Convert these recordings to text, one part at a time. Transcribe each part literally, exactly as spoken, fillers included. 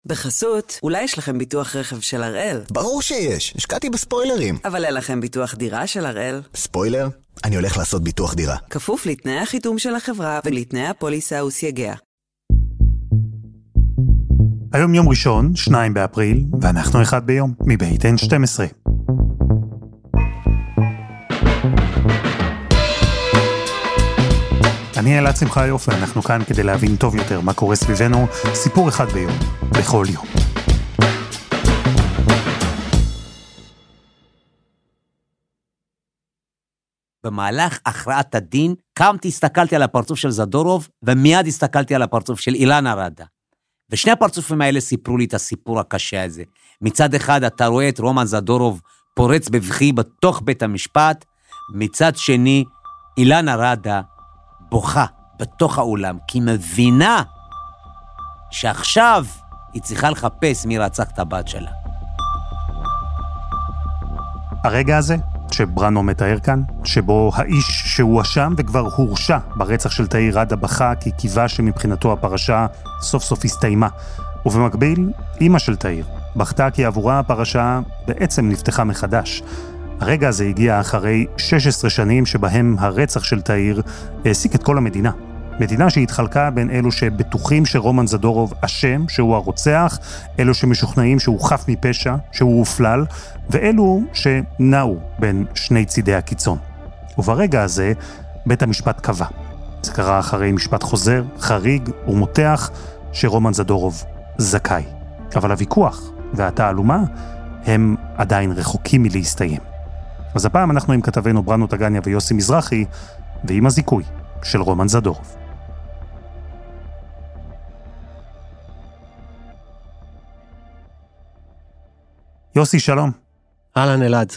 בחסות, אולי יש לכם ביטוח רכב של הראל? ברור שיש, השקעתי בספוילרים. אבל אין לכם ביטוח דירה של הראל? ספוילר? אני הולך לעשות ביטוח דירה. כפוף לתנאי החיתום של החברה ולתנאי הפוליסה וסייגיה. היום יום ראשון, שניים באפריל, ואנחנו אחד ביום, מבית אן שתים עשרה. אני אלעד שמחה יופי, אנחנו כאן כדי להבין טוב יותר מה קורה סביבנו, סיפור אחד ביום, בכל יום. במהלך הכרעת הדין, קמתי, הסתכלתי על הפרצוף של זדורוב, ומיד הסתכלתי על הפרצוף של אילנה רדה. ושני הפרצופים האלה סיפרו לי את הסיפור הקשה הזה. מצד אחד אתה רואה את רומן זדורוב פורץ בבכי בתוך בית המשפט, מצד שני אילנה רדה בוכה בתוך האולם, כי מבינה שעכשיו היא צריכה לחפש מי רצח את הבת שלה. הרגע הזה שבראנו מתאר כאן, שבו האיש שהוא אשם וכבר הורשע ברצח של תאיר רדה בכה, כי קיווה שמבחינתו הפרשה סוף סוף הסתיימה. ובמקביל, אמא של תאיר בכתה כי עבורה הפרשה בעצם נפתחה מחדש. הרגע הזה הגיע אחרי שש עשרה שנים שבהם הרצח של תאיר העסיק את כל המדינה. מדינה שהתחלקה בין אלו שבטוחים שרומן זדורוב אשם, שהוא הרוצח, אלו שמשוכנעים שהוא חף מפשע, שהוא הופלל, ואלו שנעו בין שני צידי הקיצון. וברגע הזה בית המשפט קבע. זה קרה אחרי משפט חוזר, חריג ומותח, שרומן זדורוב זכאי. אבל הוויכוח והתעלומה הם עדיין רחוקים מלהסתיים. אז הפעם אנחנו עם כתבנו בראנו טגניה ויוסי מזרחי, ועם הזיכוי של רומן זדורוב. יוסי, שלום. אהלן אלעד.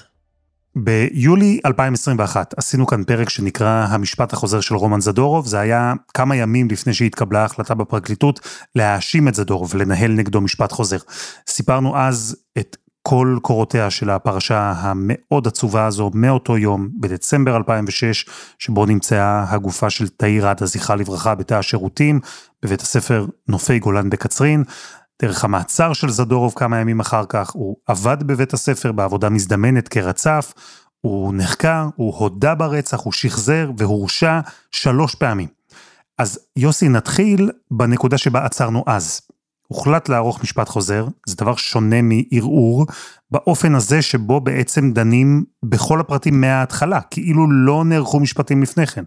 ביולי אלפיים עשרים ואחת עשינו כאן פרק שנקרא המשפט החוזר של רומן זדורוב. זה היה כמה ימים לפני שהתקבלה ההחלטה בפרקליטות להאשים את זדורוב ולנהל נגדו משפט חוזר. סיפרנו אז את כל קורותיה של הפרשה המאוד עצובה הזו מאותו יום בדצמבר אלפיים ושש, שבו נמצאה הגופה של תאיר רדה זכרה לברכה בתא השירותים בבית הספר נופי גולן בקצרין. דרך המעצר של זדורוב כמה ימים אחר כך, הוא עבד בבית הספר בעבודה מזדמנת כרצף, הוא נחקר, הוא הודה ברצח, הוא שחזר והורשע שלוש פעמים. אז יוסי, נתחיל בנקודה שבה עצרנו אז. הוחלט לערוך משפט חוזר, זה דבר שונה מערעור, באופן הזה שבו בעצם דנים בכל הפרטים מההתחלה, כאילו לא נערכו משפטים לפני כן.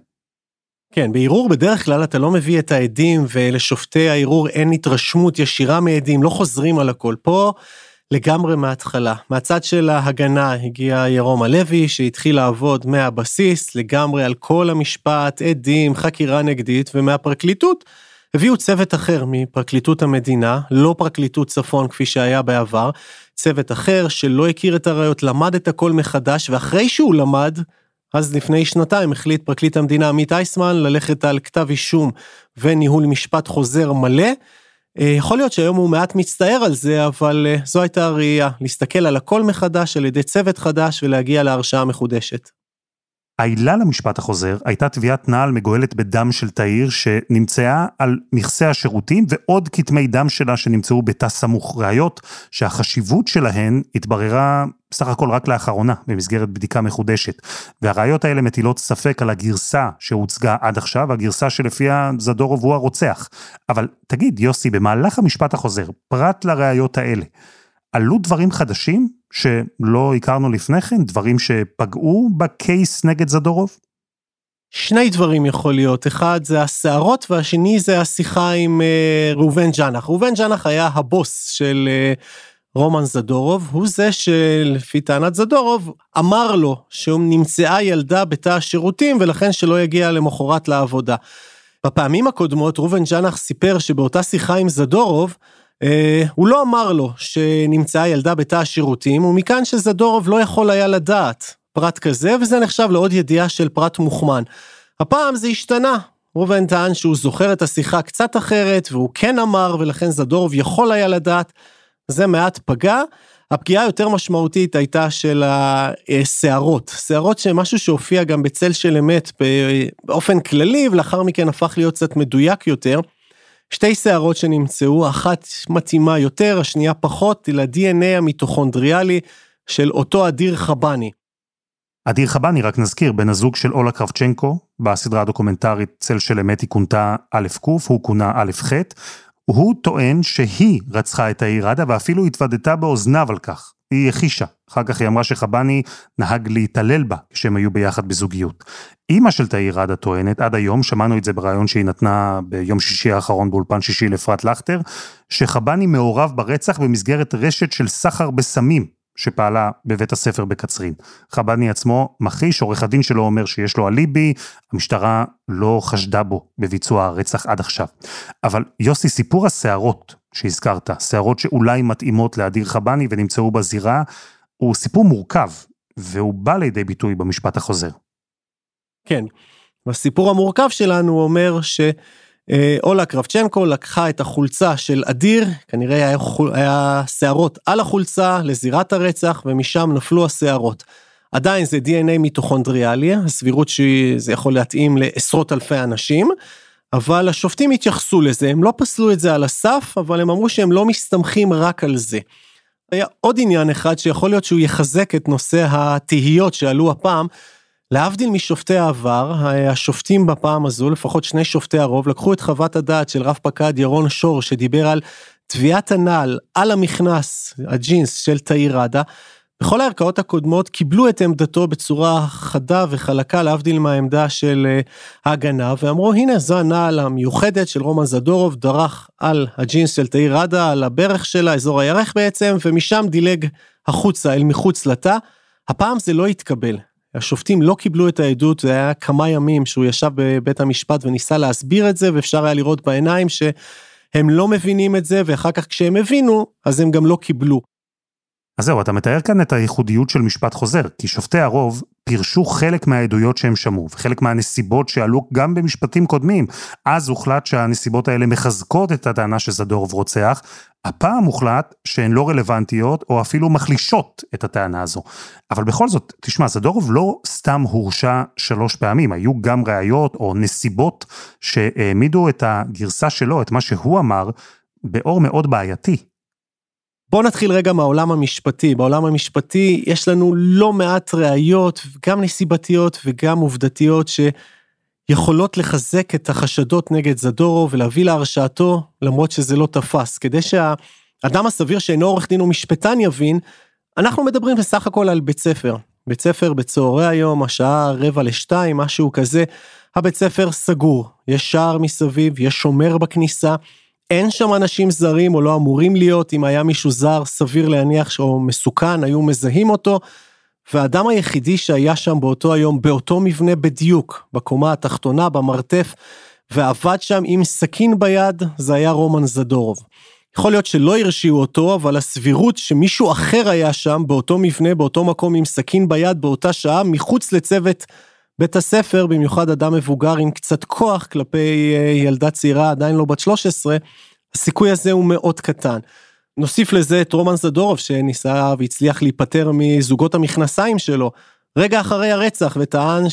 כן, בערעור בדרך כלל אתה לא מביא את העדים, ולשופטי הערעור אין התרשמות ישירה מעדים, לא חוזרים על הכל. פה לגמרי מההתחלה. מהצד של ההגנה הגיע ירום הלוי, שהתחיל לעבוד מהבסיס, לגמרי על כל המשפט, עדים, חקירה נגדית, ומהפרקליטות הביאו צוות אחר מפרקליטות המדינה, לא פרקליטות צפון כפי שהיה בעבר, צוות אחר שלא הכיר את הראיות, למד את הכל מחדש, ואחרי שהוא למד, אז לפני שנתיים החליט פרקליט המדינה עמית אייסמן ללכת על כתב אישום וניהול משפט חוזר מלא. יכול להיות שהיום הוא מעט מצטער על זה, אבל זו הייתה הראייה, להסתכל על הכל מחדש על ידי צוות חדש ולהגיע להרשעה מחודשת. העילה למשפט החוזר הייתה תביעת נעל מגואלת בדם של תאיר שנמצאה על מכסה השירותים ועוד כתמי דם שלה שנמצאו בתא סמוך, ראיות שהחשיבות שלהן התבררה בסך הכל רק לאחרונה במסגרת בדיקה מחודשת, והראיות האלה מטילות ספק על הגרסה שהוצגה עד עכשיו, הגרסה שלפיה זדורוב הוא הרוצח. אבל תגיד יוסי, במהלך המשפט החוזר, פרט לראיות האלה, עלו דברים חדשים שלא הכרנו לפני כן, דברים שפגעו בקייס נגד זדורוב? שני דברים יכול להיות, אחד זה הסערות והשני זה השיחה עם uh, ראובן ג'נח. ראובן ג'נח היה הבוס של uh, רומן זדורוב, הוא זה שלפי טענת זדורוב אמר לו שהוא נמצאה ילדה בתא השירותים ולכן שלא יגיע למחרת לעבודה. בפעמים הקודמות ראובן ג'נח סיפר שבאותה שיחה עם זדורוב, Uh, הוא לא אמר לו שנמצאה ילדה בתא השירותים, ומכאן שזדורוב לא יכול היה לדעת פרט כזה, וזה נחשב לעוד ידיעה של פרט מוכמן. הפעם זה השתנה, ראובן טען שהוא זוכר את השיחה קצת אחרת, והוא כן אמר, ולכן זדורוב יכול היה לדעת, זה מעט פגע. הפגיעה יותר משמעותית הייתה של השערות, שערות שמשהו שהופיע גם בצל של אמת באופן כללי, ולאחר מכן הפך להיות קצת מדויק יותר, שתי שערות שנמצאו, אחת מתאימה יותר, השנייה פחות, ל-די אן איי המיטוכונדריאלי של אותו אדיר חבני. אדיר חבני, רק נזכיר, בן הזוג של אולה קרבצ'נקו, בסדרה הדוקומנטרית צל של אמת היא כונתה א' ק', הוא כונה א' ח', הוא טוען שהיא רצחה את תאיר ראדה, ואפילו התוודתה באוזניו על כך. היא הכישה. אחר כך היא אמרה שחבני נהג להתעלל בה, כשהם היו ביחד בזוגיות. אמא של תאיר ראדה טוענת, עד היום, שמענו את זה ברעיון שהיא נתנה ביום שישי האחרון באולפן שישי לפרט לחטר, שחבני מעורב ברצח במסגרת רשת של סחר בסמים, שפעלה בבית הספר בקצרין. חבני עצמו מכחיש, עורך הדין שלו אומר שיש לו אליבי, המשטרה לא חשדה בו בביצוע הרצח עד עכשיו. אבל יוסי, סיפור השערות שהזכרת, שערות שאולי מתאימות לאדיר חבני ונמצאו בזירה, הוא סיפור מורכב, והוא בא לידי ביטוי במשפט החוזר. כן, בסיפור המורכב שלנו אומר ש... אולה קרבצ'נקו לקחה את החולצה של אדיר, כנראה היה, היה שערות על החולצה לזירת הרצח, ומשם נפלו השערות. עדיין זה די אן איי מיטוכונדריאלי, הסבירות שזה יכול להתאים לעשרות אלפי אנשים, אבל השופטים התייחסו לזה, הם לא פסלו את זה על הסף, אבל הם אמרו שהם לא מסתמכים רק על זה. היה עוד עניין אחד שיכול להיות שהוא יחזק את נושא התהיות שעלו הפעם, להבדיל משופטי העבר, השופטים בפעם הזו, לפחות שני שופטי הרוב, לקחו את חוות הדעת של רב פקד ירון שור, שדיבר על תביעת הנעל על המכנס, הג'ינס של תאיר ראדה, בכל הערכאות הקודמות קיבלו את עמדתו בצורה חדה וחלקה, להבדיל מהעמדה של ההגנה, ואמרו, הנה זו הנעל המיוחדת של רומן זדורוב, דרך על הג'ינס של תאיר ראדה, על הברך שלה, אזור הירך בעצם, ומשם דילג החוצה אל מחוץ לתא. הפעם זה לא התקבל. השופטים לא קיבלו את העדות, זה היה כמה ימים שהוא ישב בבית המשפט וניסה להסביר את זה, ואפשר היה לראות בעיניים שהם לא מבינים את זה, ואחר כך כשהם הבינו, אז הם גם לא קיבלו. אז זהו, אתה מתאר כאן את הייחודיות של משפט חוזר, כי שופטי הרוב פירשו חלק מהעדויות שהם שמעו, וחלק מהנסיבות שעלו גם במשפטים קודמים. אז הוחלט שהנסיבות האלה מחזקות את הטענה שזדורוב רוצח, הפעם הוחלט שהן לא רלוונטיות, או אפילו מחלישות את הטענה הזו. אבל בכל זאת, תשמע, זדורוב לא סתם הורשע שלוש פעמים, היו גם ראיות או נסיבות שהעמידו את הגרסה שלו, את מה שהוא אמר, באור מאוד בעייתי. בואו נתחיל רגע מהעולם המשפטי. בעולם המשפטי יש לנו לא מעט ראיות, גם נסיבתיות וגם עובדתיות, שיכולות לחזק את החשדות נגד זדורוב, ולהביא להרשעתו, למרות שזה לא תפס. כדי שהאדם הסביר שאינו עורך דין ומשפטן יבין, אנחנו מדברים בסך הכל על בית ספר. בית ספר בצהרי היום, השעה רבע לשתיים, משהו כזה. הבית ספר סגור, יש שער מסביב, יש שומר בכניסה, אין שם אנשים זרים או לא אמורים להיות, אם היה מישהו זר סביר להניח שהוא מסוכן, היו מזהים אותו, והאדם היחידי שהיה שם באותו היום, באותו מבנה בדיוק, בקומה התחתונה, במרתף, ועבד שם עם סכין ביד, זה היה רומן זדורוב. יכול להיות שלא הרשיעו אותו, אבל הסבירות שמישהו אחר היה שם, באותו מבנה, באותו מקום עם סכין ביד, באותה שעה, מחוץ לצוות בית הספר, במיוחד אדם מבוגר עם קצת כוח כלפי ילדה צעירה, עדיין לא בת שלוש עשרה, הסיכוי הזה הוא מאוד קטן. נוסיף לזה את רומן זדורוב, שניסה והצליח להיפטר מזוגות המכנסיים שלו, רגע אחרי הרצח, וטען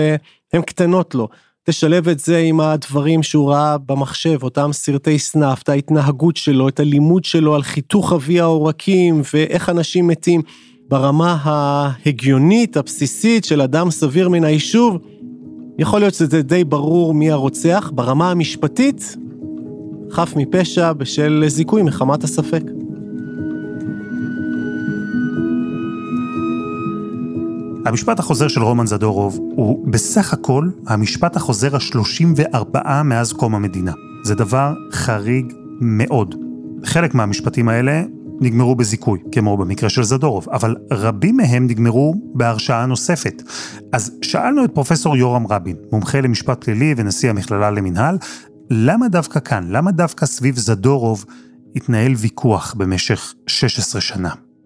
שהם קטנות לו. תשלב את זה עם הדברים שהוא ראה במחשב, אותם סרטי סנאפ, את ההתנהגות שלו, את הלימוד שלו על חיתוך אבי העורקים, ואיך אנשים מתים, ברמה ההגיונית, הבסיסית של אדם סביר מן היישוב, יכול להיות שזה די ברור מי הרוצח. ברמה המשפטית, חף מפשע בשל זיכוי מחמת הספק. המשפט החוזר של רומן זדורוב הוא בסך הכל המשפט החוזר ה-שלושים וארבע מאז קום המדינה. זה דבר חריג מאוד. חלק מהמשפטים האלה נגמרו בזיכוי, כמו במקרה של זדורוב, אבל רבים מהם נגמרו בהרשעה נוספת. אז שאלנו את פרופסור יורם רבין, מומחה למשפט פלילי ונשיא המכללה למנהל, למה דווקא כאן, למה דווקא סביב זדורוב התנהל ויכוח במשך שש עשרה שנה?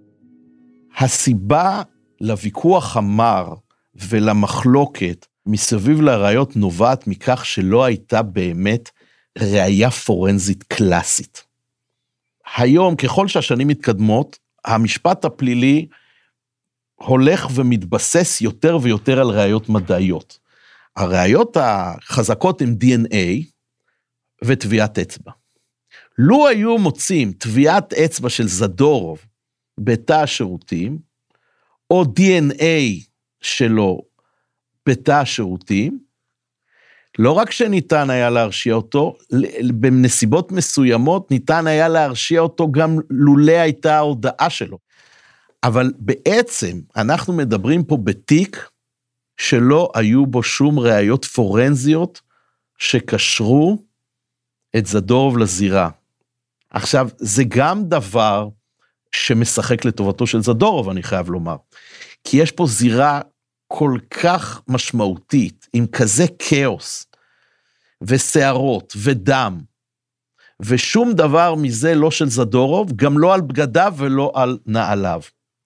הסיבה לוויכוח המר ולמחלוקת מסביב לראיות נובעת מכך שלא הייתה באמת ראיה פורנזית קלאסית. היום, ככל שהשנים מתקדמות, המשפט הפלילי הולך ומתבסס יותר ויותר על ראיות מדעיות. הראיות החזקות הן די אן איי, וטביעת אצבע. לו היו מוצאים טביעת אצבע של זדורוב בתא השירותים, או די אן איי שלו בתא השירותים, לא רק שניתן היה להרשיע אותו, בנסיבות מסוימות ניתן היה להרשיע אותו גם לולא הייתה ההודעה שלו. אבל בעצם אנחנו מדברים פה בתיק שלא היו בו שום ראיות פורנזיות שקשרו את זדורוב לזירה. עכשיו, זה גם דבר שמשחק לטובתו של זדורוב, אני חייב לומר. כי יש פה זירה כל כך משמעותית, עם כזה כאוס, ושערות, ודם, ושום דבר מזה לא של זדורוב, גם לא על בגדיו ולא על נעליו.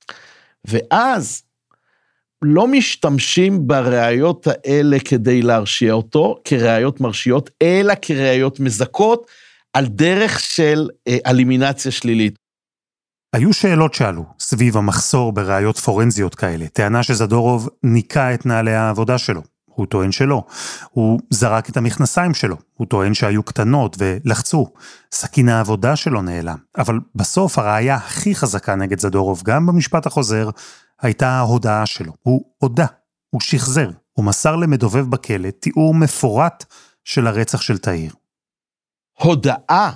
ואז לא משתמשים בראיות האלה כדי להרשיע אותו, כראיות מרשיות, אלא כראיות מזכות, על דרך של אה, אלימינציה שלילית. היו שאלות שעלו סביב המחסור בראיות פורנזיות כאלה, טענה שזדורוב ניקה את נעלי העבודה שלו, הוא טוען שלא, הוא זרק את המכנסיים שלו, הוא טוען שהיו קטנות ולחצו, סכין העבודה שלו נעלם, אבל בסוף הראיה הכי חזקה נגד זדורוב, גם במשפט החוזר, הייתה ההודעה שלו, הוא הודע, הוא שחזר, הוא מסר למדובב בכלא תיאור מפורט של הרצח של תאיר. הודעה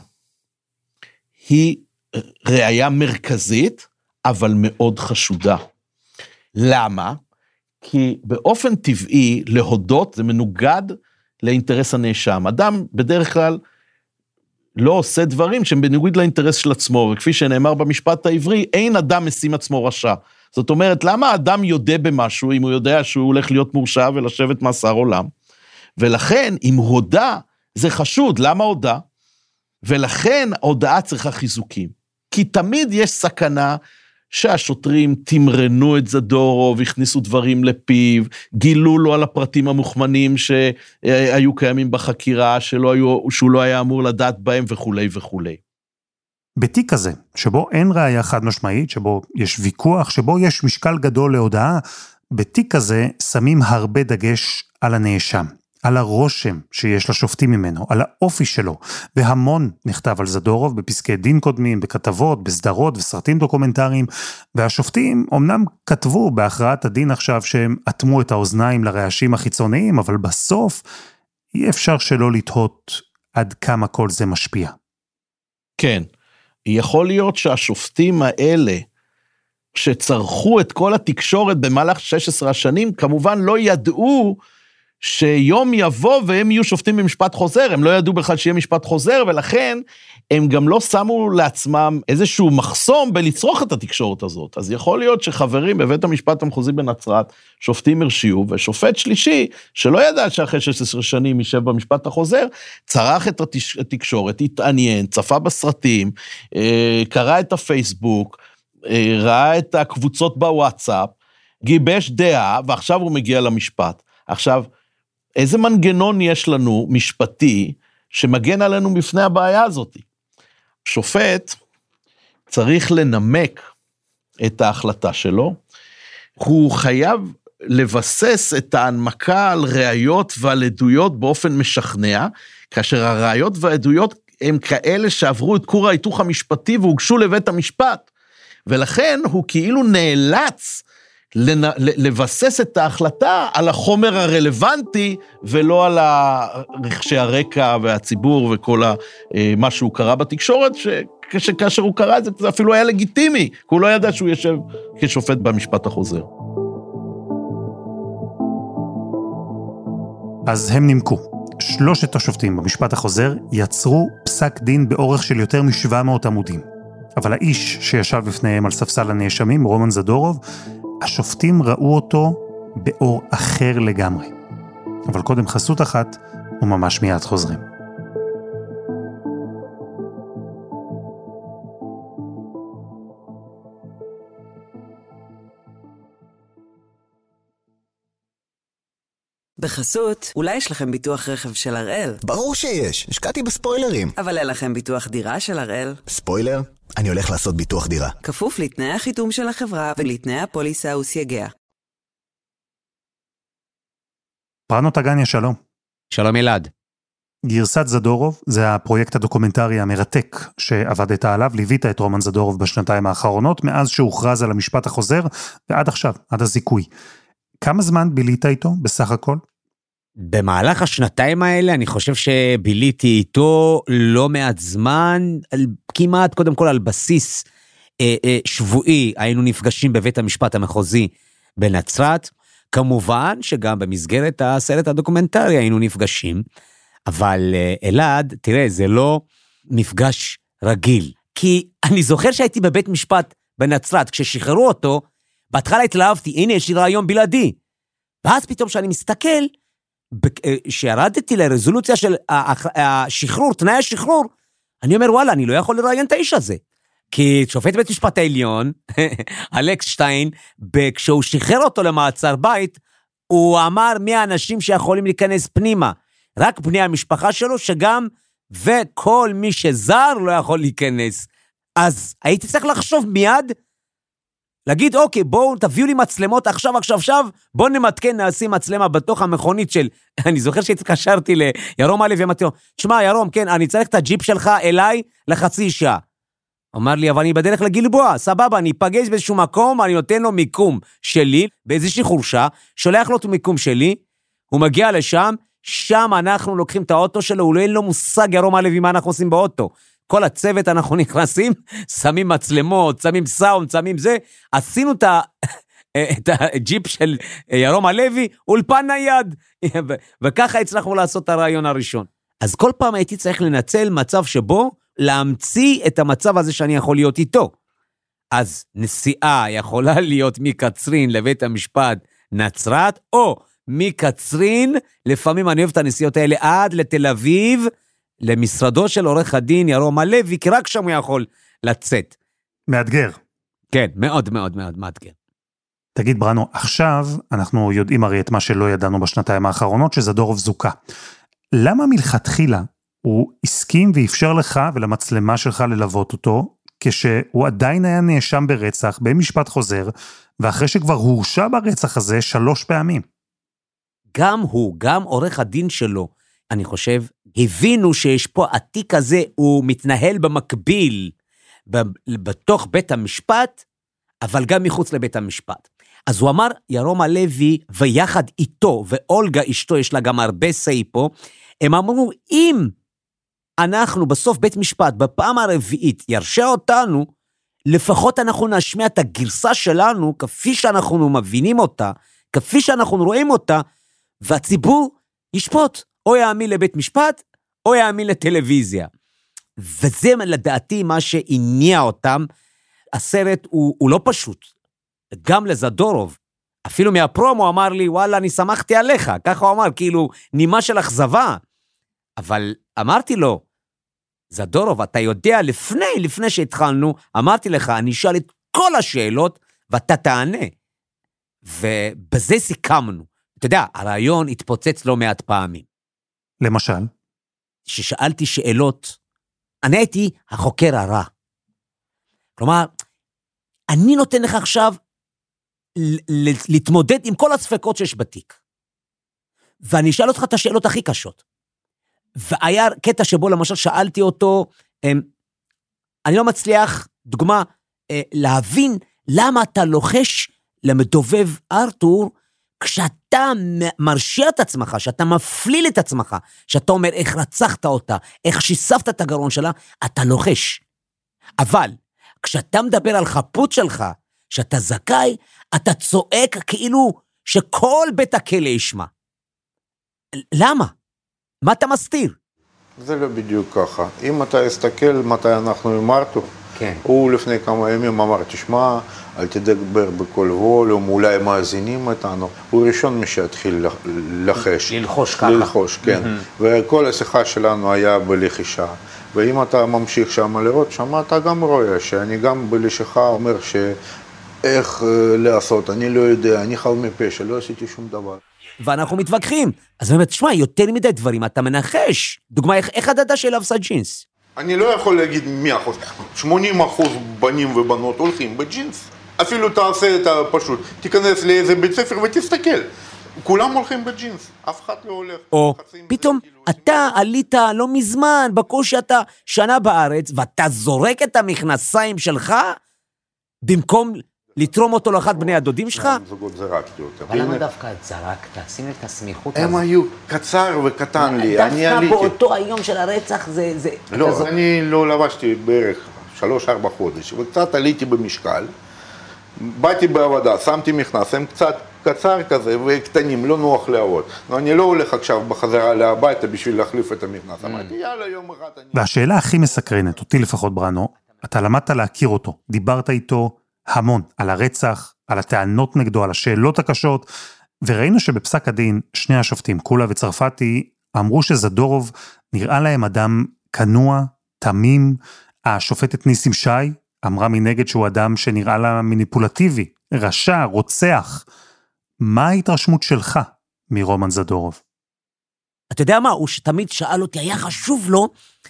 היא ראיה מרכזית, אבל מאוד חשודה. למה? כי באופן טבעי להודות זה מנוגד לאינטרס הנאשם. אדם בדרך כלל לא עושה דברים שהם בניגוד לאינטרס של עצמו, וכפי שנאמר במשפט העברי, אין אדם משים עצמו רשע. זאת אומרת, למה האדם יודע במשהו, אם הוא יודע שהוא הולך להיות מורשע ולשבת מאסר עולם? ולכן, אם הודע, זה חשוד. למה הודע? ולכן ההודעה צריכה חיזוקים. כי תמיד יש סכנה שהשוטרים תמרנו את זדורוב, הכניסו דברים לפיו, גילו לו על הפרטים המוכמנים שהיו קיימים בחקירה, שלא היו, שהוא לא היה אמור לדעת בהם וכו' וכו'. בתיק הזה, שבו אין ראיה חד משמעית, שבו יש ויכוח, שבו יש משקל גדול להודעה, בתיק הזה שמים הרבה דגש על הנאשם, על הרושם שיש לשופטים ממנו, על האופי שלו, והמון נכתב על זדורוב בפסקי דין קודמים, בכתבות, בסדרות וסרטים דוקומנטריים, והשופטים אמנם כתבו בהכרעת הדין עכשיו שהם אטמו את האוזניים לרעשים החיצוניים, אבל בסוף אי אפשר שלא לתהות עד כמה כל זה משפיע. כן, יכול להיות שהשופטים האלה, שצרכו את כל התקשורת במהלך שש עשרה השנים, כמובן לא ידעו שיום יבוא והם יהיו שופטים במשפט חוזר, הם לא ידעו בכלל שיהיה משפט חוזר, ולכן הם גם לא שמו לעצמם איזשהו מחסום בלצרוך את התקשורת הזאת. אז יכול להיות שחברים בבית המשפט המחוזי בנצרת, שופטים הרשיעו, ושופט שלישי, שלא ידע שאחרי שש עשרה שנים יישב במשפט החוזר, צרח את התקשורת, התעניין, צפה בסרטים, קרא את הפייסבוק, ראה את הקבוצות בוואטסאפ, גיבש דעה, ועכשיו הוא מגיע למשפט. עכשיו, איזה מנגנון יש לנו משפטי שמגן עלינו בפני הבעיה הזאת? שופט צריך לנמק את ההחלטה שלו, הוא חייב לבסס את ההנמקה על ראיות ועל עדויות באופן משכנע, כאשר הראיות והעדויות הם כאלה שעברו את כור ההיתוך המשפטי והוגשו לבית המשפט, ולכן הוא כאילו נאלץ לבסס את ההחלטה על החומר הרלוונטי, ולא על רחשי הרקע והציבור וכל מה שהוא קרא בתקשורת, שכאשר הוא קרא את זה, זה אפילו היה לגיטימי, כי הוא לא ידע שהוא יושב כשופט במשפט החוזר. אז הם נימקו. שלושת השופטים במשפט החוזר יצרו פסק דין באורך של יותר מ-שבע מאות עמודים. אבל האיש שישב בפניהם על ספסל הנאשמים, רומן זדורוב, השופטים ראו אותו באור אחר לגמרי. אבל קודם חסות אחת, וממש מיד חוזרים. בחסות, אולי יש לכם ביטוח רכב של הראל? ברור שיש, השקעתי בספוילרים. אבל אין לכם ביטוח דירה של הראל? ספוילר? אני הולך לעשות ביטוח דירה. כפוף לתנאי החיתום של החברה ולתנאי הפוליסה וסייגיה. פרנו תגניה, שלום. שלום אלעד. גרסת זדורוב זה הפרויקט הדוקומנטרי המרתק שעבדת עליו, ליווית את רומן זדורוב בשנתיים האחרונות, מאז שהוכרז על המשפט החוזר, ועד עכשיו, עד הזיכוי. כמה זמן בילית איתו בסך הכל? במהלך השנתיים האלה, אני חושב שביליתי איתו לא מעט זמן, כמעט קודם כל על בסיס אה, אה, שבועי, היינו נפגשים בבית המשפט המחוזי בנצרת, כמובן שגם במסגרת הסרט הדוקומנטרי היינו נפגשים, אבל אלעד, תראה, זה לא מפגש רגיל, כי אני זוכר שהייתי בבית משפט בנצרת, כששחררו אותו, בהתחלה התלהבתי, הנה יש לי רעיון בלעדי, ואז פתאום שאני מסתכל, שירדתי לרזולוציה של השחרור, תנאי השחרור, אני אומר, וואלה, אני לא יכול לראיין את האיש הזה, כי שופט בית משפט העליון, אלכס שטיין, כשהוא שחרר אותו למעצר בית, הוא אמר מי האנשים שיכולים להיכנס פנימה, רק בני המשפחה שלו, שגם וכל מי שזר לא יכול להיכנס. אז הייתי צריך לחשוב מיד, להגיד, אוקיי, בואו תביאו לי מצלמות עכשיו, עכשיו, עכשיו, בואו נמתקן, נעשים מצלמה בתוך המכונית של, אני זוכר שהתקשרתי לירום א' ומתיאו, תשמע, ירום, כן, אני צריך את הג'יפ שלך אליי לחצי שעה. אמר לי, אבל אני בדרך לגלבוע, סבבה, אני אפגש באיזשהו מקום, אני נותן לו מיקום שלי, באיזושהי חורשה, שולח לו את המיקום שלי, הוא מגיע לשם, שם אנחנו לוקחים את האוטו שלו, הוא לא אין לו מושג ירום הלוי מה אנחנו עושים באוטו. כל הצוות אנחנו נכנסים, שמים מצלמות, שמים סאונד, שמים זה, עשינו את, ה... את הג'יפ של ירום הלוי, אולפן נייד, וככה הצלחנו לעשות את הרעיון הראשון. אז כל פעם הייתי צריך לנצל מצב שבו, להמציא את המצב הזה שאני יכול להיות איתו. אז נסיעה יכולה להיות מקצרין לבית המשפט נצרת, או מקצרין, לפעמים אני אוהב את הנסיעות האלה, עד לתל אביב, למשרדו של עורך הדין ירום הלוי, כי רק שם הוא יכול לצאת. מאתגר. כן, מאוד מאוד מאוד מאתגר. תגיד בראנו, עכשיו אנחנו יודעים הרי את מה שלא ידענו בשנתיים האחרונות, שזדורוב זוכה. למה מלכתחילה הוא הסכים ואפשר לך ולמצלמה שלך ללוות אותו, כשהוא עדיין היה נאשם ברצח, במשפט חוזר, ואחרי שכבר הורשע ברצח הזה שלוש פעמים? גם הוא, גם עורך הדין שלו, אני חושב, הבינו שיש פה התיק הזה, הוא מתנהל במקביל, בתוך בית המשפט, אבל גם מחוץ לבית המשפט. אז הוא אמר, ירום הלוי, ויחד איתו, ואולגה אשתו, יש לה גם הרבה סי פה, הם אמרו, אם אנחנו בסוף בית משפט, בפעם הרביעית, ירשה אותנו, לפחות אנחנו נשמיע את הגרסה שלנו, כפי שאנחנו מבינים אותה, כפי שאנחנו רואים אותה, והציבור ישפוט, או יאמין לבית משפט, או יאמין לטלוויזיה. וזה לדעתי מה שהניע אותם, הסרט הוא, הוא לא פשוט, גם לזדורוב, אפילו מהפרומו אמר לי, וואלה, אני שמחתי עליך, ככה הוא אמר, כאילו, נימה של אכזבה, אבל אמרתי לו, זדורוב, אתה יודע, לפני, לפני שהתחלנו, אמרתי לך, אני אשאל את כל השאלות, ואתה תענה. ובזה סיכמנו. אתה יודע, הרעיון התפוצץ לא מעט פעמים. למשל? ששאלתי שאלות, אני הייתי החוקר הרע. כלומר, אני נותן לך עכשיו, להתמודד עם כל הספקות שיש בתיק. ואני אשאל אותך את השאלות הכי קשות. והיה קטע שבו למשל שאלתי אותו, אני לא מצליח, דוגמה, להבין למה אתה לוחש למדובב ארתור, כשאתה מרשיע את עצמך, שאתה מפליל את עצמך, שאתה אומר איך רצחת אותה, איך שיספת את הגרון שלה, אתה לוחש. אבל כשאתה מדבר על חפות שלך, שאתה זכאי, אתה צועק כאילו שכל בית הכלא ישמע. למה? מה אתה מסתיר? זה לא בדיוק ככה. אם אתה תסתכל מתי אנחנו עם ארתור, כן. הוא לפני כמה ימים אמר, תשמע, אל תדבר בכל ווליום, אולי מאזינים איתנו. הוא ראשון מי שהתחיל לחש. ללחוש ככה. ללחוש, כן. Mm-hmm. וכל השיחה שלנו היה בלחישה. ואם אתה ממשיך שם לראות, שם אתה גם רואה שאני גם בלשיחה אומר שאיך לעשות, אני לא יודע, אני חל מפשע, לא עשיתי שום דבר. ואנחנו מתווכחים. אז אני אומר, תשמע, יותר מדי דברים, אתה מנחש. דוגמה, איך, איך הדדה של לבסה ג'ינס? אני לא יכול להגיד מאה אחוז. שמונים אחוז בנים ובנות הולכים בג'ינס. אפילו תעשה את הפשוט. תיכנס לאיזה בית ספר ותסתכל. כולם הולכים בג'ינס, אף אחד לא הולך. או פתאום אתה עלית לא מזמן, בקושי אתה שנה בארץ, ואתה זורק את המכנסיים שלך, במקום לתרום אותו לאחד בני הדודים שלך? זוגות זרקתי אותם. אבל למה דווקא את זרקת? שים את הסמיכות הם היו קצר וקטן לי, אני עליתי. דווקא באותו היום של הרצח זה... לא, אני לא לבשתי בערך שלוש ארבע חודש, וקצת עליתי במשקל, באתי בעבודה, שמתי מכנס, הם קצת קצר כזה וקטנים, לא נוח להראות. אני לא הולך עכשיו בחזרה להביתה בשביל להחליף את המכנס. אמרתי, יאללה, יום אחד אני... והשאלה הכי מסקרנת, אותי לפחות בראנו, אתה למדת להכיר אותו, דיברת איתו המון, על הרצח, על הטענות נגדו, על השאלות הקשות, וראינו שבפסק הדין, שני השופטים, קולה וצרפתי, אמרו שזדורוב נראה להם אדם כנוע, תמים. השופטת ניסים שי אמרה מנגד שהוא אדם שנראה לה מניפולטיבי, רשע, רוצח. מה ההתרשמות שלך מרומן זדורוב? אתה יודע מה, הוא שתמיד שאל אותי, היה חשוב לו,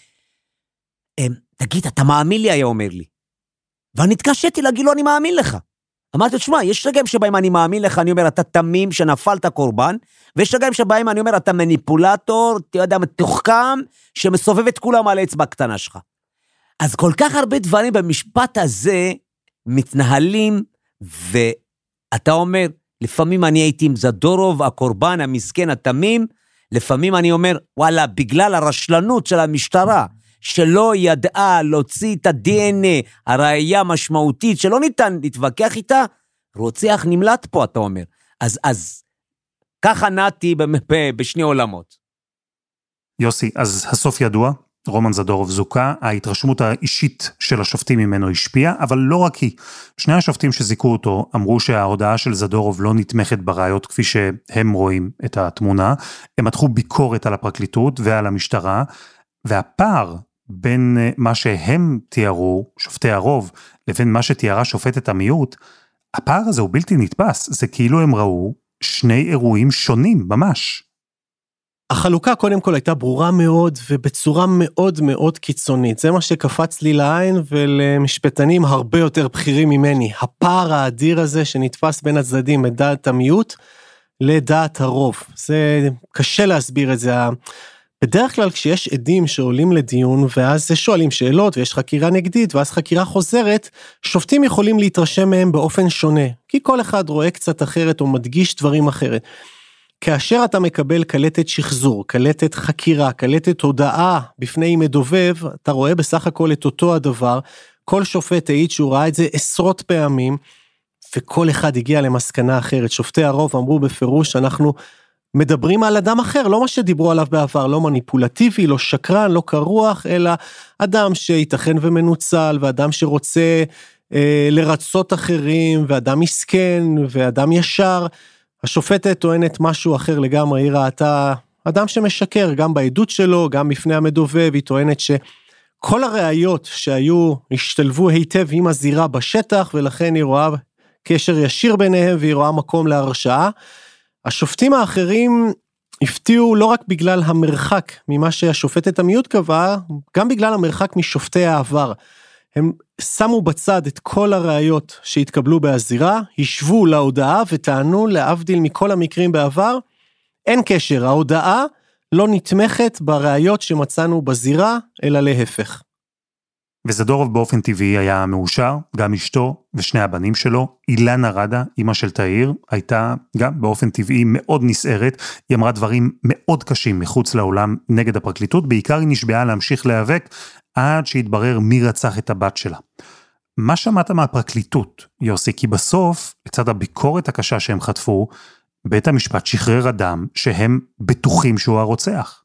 תגיד, אתה מאמין לי, היה אומר לי. ואני התקשיתי להגיד לו, אני מאמין לך. אמרתי, תשמע, יש רגעים שבהם אני מאמין לך, אני אומר, אתה תמים שנפלת קורבן, ויש רגעים שבהם אני אומר, אתה מניפולטור, אתה יודע, מתוחכם, שמסובב את כולם על האצבע הקטנה שלך. אז כל כך הרבה דברים במשפט הזה מתנהלים, ואתה אומר, לפעמים אני הייתי עם זדורוב, הקורבן, המסכן, התמים, לפעמים אני אומר, וואלה, בגלל הרשלנות של המשטרה, שלא ידעה להוציא את ה-די אן איי, הראייה המשמעותית, שלא ניתן להתווכח איתה, רוצח נמלט פה, אתה אומר. אז, אז, ככה נעתי בשני עולמות. יוסי, אז הסוף ידוע, רומן זדורוב זוכה, ההתרשמות האישית של השופטים ממנו השפיעה, אבל לא רק היא. שני השופטים שזיקו אותו אמרו שההודעה של זדורוב לא נתמכת בראיות כפי שהם רואים את התמונה, הם מתחו ביקורת על הפרקליטות ועל המשטרה, והפער בין מה שהם תיארו, שופטי הרוב, לבין מה שתיארה שופטת המיעוט, הפער הזה הוא בלתי נתפס, זה כאילו הם ראו שני אירועים שונים ממש. החלוקה קודם כל הייתה ברורה מאוד, ובצורה מאוד מאוד קיצונית. זה מה שקפץ לי לעין, ולמשפטנים הרבה יותר בכירים ממני. הפער האדיר הזה שנתפס בין הצדדים, מדעת המיעוט לדעת הרוב. זה קשה להסביר את זה. בדרך כלל כשיש עדים שעולים לדיון, ואז שואלים שאלות, ויש חקירה נגדית, ואז חקירה חוזרת, שופטים יכולים להתרשם מהם באופן שונה, כי כל אחד רואה קצת אחרת, או מדגיש דברים אחרת. כאשר אתה מקבל קלטת שחזור, קלטת חקירה, קלטת הודעה בפני מדובב, אתה רואה בסך הכל את אותו הדבר, כל שופט העיד שהוא ראה את זה עשרות פעמים, וכל אחד הגיע למסקנה אחרת. שופטי הרוב אמרו בפירוש, אנחנו מדברים על אדם אחר, לא מה שדיברו עליו בעבר, לא מניפולטיבי, לא שקרן, לא קרוח, אלא אדם שייתכן ומנוצל, ואדם שרוצה אה, לרצות אחרים, ואדם מסכן, ואדם ישר. השופטת טוענת משהו אחר לגמרי, היא ראתה אדם שמשקר, גם בעדות שלו, גם בפני המדובב, היא טוענת שכל הראיות שהיו, השתלבו היטב עם הזירה בשטח, ולכן היא רואה קשר ישיר ביניהם, והיא רואה מקום להרשעה. השופטים האחרים הפתיעו לא רק בגלל המרחק ממה שהשופטת המיעוט קבעה, גם בגלל המרחק משופטי העבר. הם שמו בצד את כל הראיות שהתקבלו בהזירה, השוו להודעה וטענו להבדיל מכל המקרים בעבר, אין קשר, ההודעה לא נתמכת בראיות שמצאנו בזירה, אלא להפך. וזדורוב באופן טבעי היה מאושר, גם אשתו ושני הבנים שלו. אילנה רדה, אמא של תאיר, הייתה גם באופן טבעי מאוד נסערת, היא אמרה דברים מאוד קשים מחוץ לעולם נגד הפרקליטות, בעיקר היא נשבעה להמשיך להיאבק, עד שהתברר מי רצח את הבת שלה. מה שמעת מהפרקליטות, יוסי? כי בסוף, לצד הביקורת הקשה שהם חטפו, בית המשפט שחרר אדם שהם בטוחים שהוא הרוצח.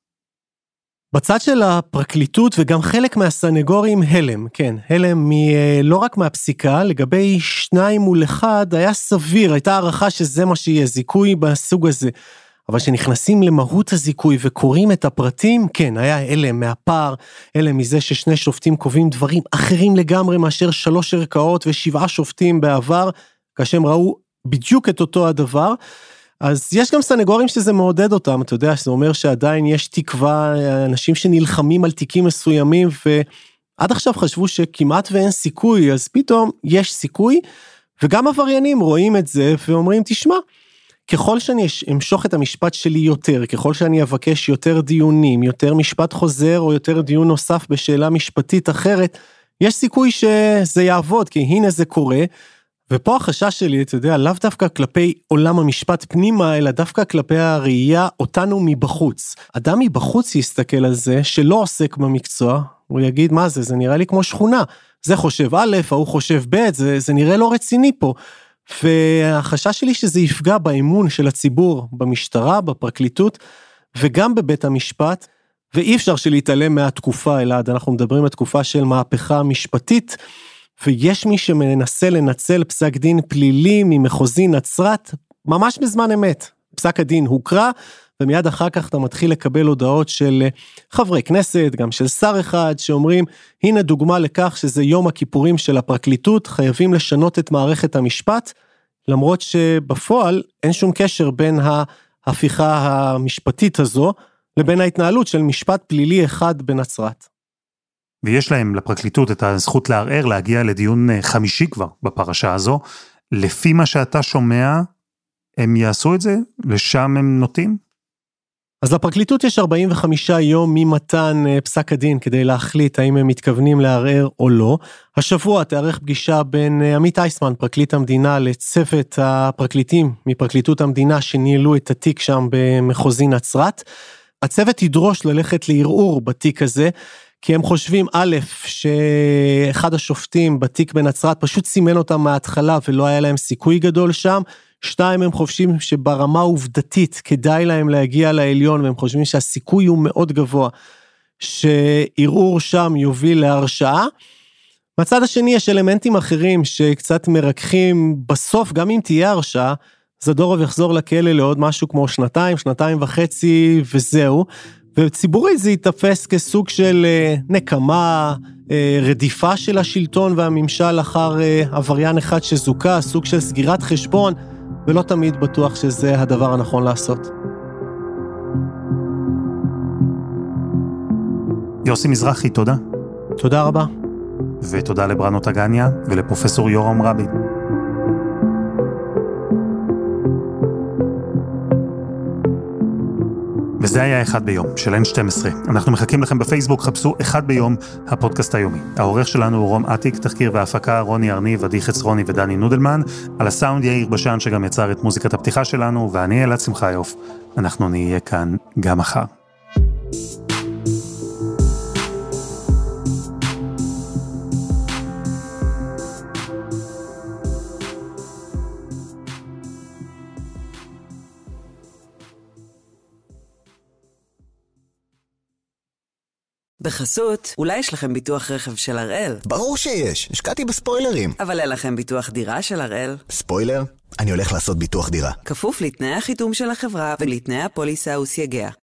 בצד של הפרקליטות וגם חלק מהסנגורים הלם, כן, הלם מ, לא רק מהפסיקה, לגבי שניים מול אחד היה סביר, הייתה הערכה שזה מה שיהיה, זיכוי בסוג הזה, אבל שנכנסים למהות הזיכוי וקוראים את הפרטים, כן, היה הלם מהפער, הלם מזה ששני שופטים קובעים דברים אחרים לגמרי מאשר שלוש ערכאות ושבעה שופטים בעבר, כאשר הם ראו בדיוק את אותו הדבר. אז יש גם סנגורים שזה מעודד אותם, אתה יודע, זה אומר שעדיין יש תקווה, אנשים שנלחמים על תיקים מסוימים, ועד עכשיו חשבו שכמעט ואין סיכוי, אז פתאום יש סיכוי, וגם עבריינים רואים את זה, ואומרים, תשמע, ככל שאני אמשוך את המשפט שלי יותר, ככל שאני אבקש יותר דיונים, יותר משפט חוזר או יותר דיון נוסף בשאלה משפטית אחרת, יש סיכוי שזה יעבוד, כי הנה זה קורה, ופה החשש שלי, אתה יודע, לאו דווקא כלפי עולם המשפט פנימה, אלא דווקא כלפי הראייה אותנו מבחוץ. אדם מבחוץ יסתכל על זה, שלא עוסק במקצוע, הוא יגיד, מה זה? זה נראה לי כמו שכונה. זה חושב א', ההוא חושב ב', זה, זה נראה לא רציני פה. והחשש שלי שזה יפגע באמון של הציבור, במשטרה, בפרקליטות, וגם בבית המשפט, ואי אפשר שלהתעלם מהתקופה, אלא אנחנו מדברים על תקופה של מהפכה משפטית, ויש מי שמנסה לנצל פסק דין פלילי ממחוזי נצרת, ממש בזמן אמת. פסק הדין הוקרא, ומיד אחר כך אתה מתחיל לקבל הודעות של חברי כנסת, גם של שר אחד, שאומרים, הנה דוגמה לכך שזה יום הכיפורים של הפרקליטות, חייבים לשנות את מערכת המשפט, למרות שבפועל אין שום קשר בין ההפיכה המשפטית הזו, לבין ההתנהלות של משפט פלילי אחד בנצרת. ויש להם לפרקליטות את הזכות לערער, להגיע לדיון חמישי כבר בפרשה הזו. לפי מה שאתה שומע, הם יעשו את זה? לשם הם נוטים? אז לפרקליטות יש ארבעים וחמישה יום ממתן פסק הדין כדי להחליט האם הם מתכוונים לערער או לא. השבוע תארך פגישה בין עמית אייסמן, פרקליט המדינה, לצוות הפרקליטים מפרקליטות המדינה שניהלו את התיק שם במחוזי נצרת. הצוות ידרוש ללכת לערעור בתיק הזה, כי הם חושבים א', שאחד השופטים בתיק בנצרת פשוט סימן אותם מההתחלה ולא היה להם סיכוי גדול שם. שתיים, הם חושבים שברמה עובדתית כדאי להם להגיע לעליון, והם חושבים שהסיכוי הוא מאוד גבוה שערעור שם יוביל להרשעה. מצד השני יש אלמנטים אחרים שקצת מרככים, בסוף גם אם תהיה הרשעה, זדורוב יחזור לכלא לעוד משהו כמו שנתיים, שנתיים וחצי וזהו, וציבורית זה יתפס כסוג של נקמה, רדיפה של השלטון והממשל אחר עבריין אחד שזוקה, סוג של סגירת חשבון, ולא תמיד בטוח שזה הדבר הנכון לעשות. יוסי מזרחי, תודה. תודה רבה. ותודה לבראנו טגניה ולפרופסור יורם רבין. וזה היה אחד ביום, של אן שתים עשרה. אנחנו מחכים לכם בפייסבוק, חפשו אחד ביום, הפודקאסט היומי. העורך שלנו הוא רום עתיק, תחקיר והפקה, רוני ארניב, עדי חצרוני ודני נודלמן. על הסאונד יאיר בשן שגם יצר את מוזיקת הפתיחה שלנו, ואני אלעד שמחיוף. אנחנו נהיה כאן גם מחר. בחסות, אולי יש לכם ביטוח רכב של הראל? ברור שיש, השקעתי בספוילרים. אבל אין לכם ביטוח דירה של הראל? ספוילר? אני הולך לעשות ביטוח דירה. כפוף לתנאי החיתום של החברה ולתנאי הפוליסה וסייגיה.